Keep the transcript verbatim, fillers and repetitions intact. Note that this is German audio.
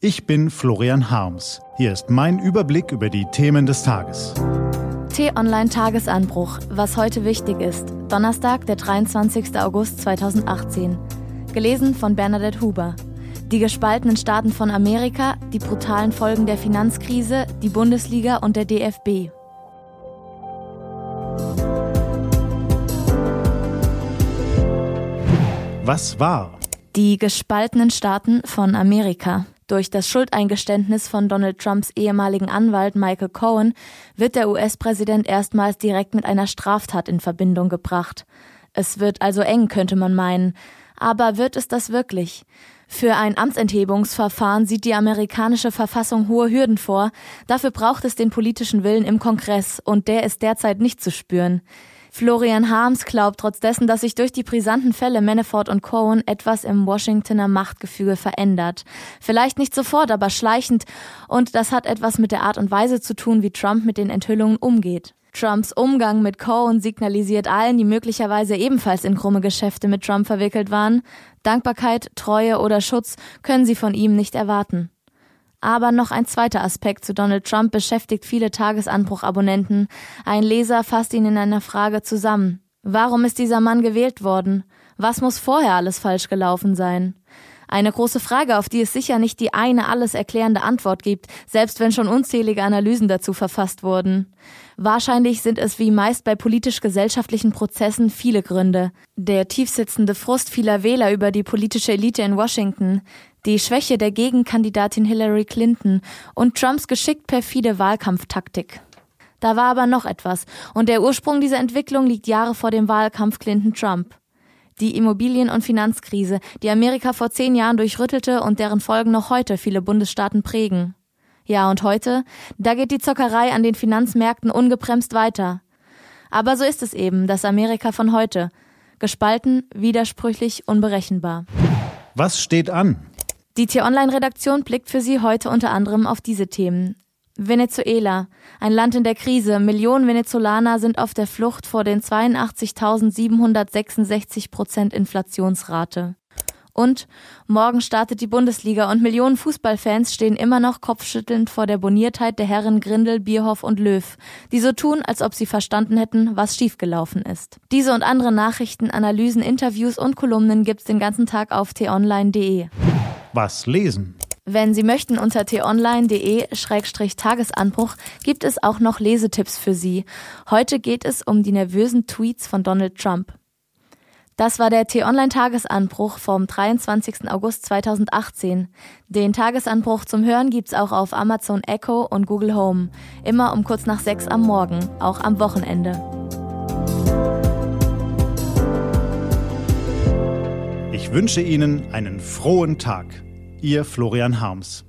Ich bin Florian Harms. Hier ist mein Überblick über die Themen des Tages. T-Online-Tagesanbruch, was heute wichtig ist. Donnerstag, der dreiundzwanzigster August zweitausendachtzehn. Gelesen von Bernadette Huber. Die gespaltenen Staaten von Amerika, die brutalen Folgen der Finanzkrise, die Bundesliga und der D F B. Was war? Die gespaltenen Staaten von Amerika. Durch das Schuldeingeständnis von Donald Trumps ehemaligen Anwalt Michael Cohen wird der U S-Präsident erstmals direkt mit einer Straftat in Verbindung gebracht. Es wird also eng, könnte man meinen. Aber wird es das wirklich? Für ein Amtsenthebungsverfahren sieht die amerikanische Verfassung hohe Hürden vor. Dafür braucht es den politischen Willen im Kongress und der ist derzeit nicht zu spüren. Florian Harms glaubt trotz dessen, dass sich durch die brisanten Fälle Manafort und Cohen etwas im Washingtoner Machtgefüge verändert. Vielleicht nicht sofort, aber schleichend. Und das hat etwas mit der Art und Weise zu tun, wie Trump mit den Enthüllungen umgeht. Trumps Umgang mit Cohen signalisiert allen, die möglicherweise ebenfalls in krumme Geschäfte mit Trump verwickelt waren: Dankbarkeit, Treue oder Schutz können sie von ihm nicht erwarten. Aber noch ein zweiter Aspekt zu Donald Trump beschäftigt viele Tagesanbruch-Abonnenten. Ein Leser fasst ihn in einer Frage zusammen. Warum ist dieser Mann gewählt worden? Was muss vorher alles falsch gelaufen sein? Eine große Frage, auf die es sicher nicht die eine alles erklärende Antwort gibt, selbst wenn schon unzählige Analysen dazu verfasst wurden. Wahrscheinlich sind es wie meist bei politisch-gesellschaftlichen Prozessen viele Gründe. Der tiefsitzende Frust vieler Wähler über die politische Elite in Washington, die Schwäche der Gegenkandidatin Hillary Clinton und Trumps geschickt perfide Wahlkampftaktik. Da war aber noch etwas, und der Ursprung dieser Entwicklung liegt Jahre vor dem Wahlkampf Clinton-Trump. Die Immobilien- und Finanzkrise, die Amerika vor zehn Jahren durchrüttelte und deren Folgen noch heute viele Bundesstaaten prägen. Ja, und heute? Da geht die Zockerei an den Finanzmärkten ungebremst weiter. Aber so ist es eben, das Amerika von heute. Gespalten, widersprüchlich, unberechenbar. Was steht an? Die T-Online-Redaktion blickt für Sie heute unter anderem auf diese Themen. Venezuela, ein Land in der Krise. Millionen Venezolaner sind auf der Flucht vor den zweiundachtzigtausendsiebenhundertsechsundsechzig Prozent Inflationsrate. Und morgen startet die Bundesliga und Millionen Fußballfans stehen immer noch kopfschüttelnd vor der Boniertheit der Herren Grindel, Bierhoff und Löw, die so tun, als ob sie verstanden hätten, was schiefgelaufen ist. Diese und andere Nachrichten, Analysen, Interviews und Kolumnen gibt's den ganzen Tag auf t online punkt de. Was lesen? Wenn Sie möchten, unter t online punkt de Schrägstrich Tagesanbruch gibt es auch noch Lesetipps für Sie. Heute geht es um die nervösen Tweets von Donald Trump. Das war der T-Online-Tagesanbruch vom dreiundzwanzigster August zweitausendachtzehn. Den Tagesanbruch zum Hören gibt's auch auf Amazon Echo und Google Home. Immer um kurz nach sechs am Morgen, auch am Wochenende. Ich wünsche Ihnen einen frohen Tag. Ihr Florian Harms.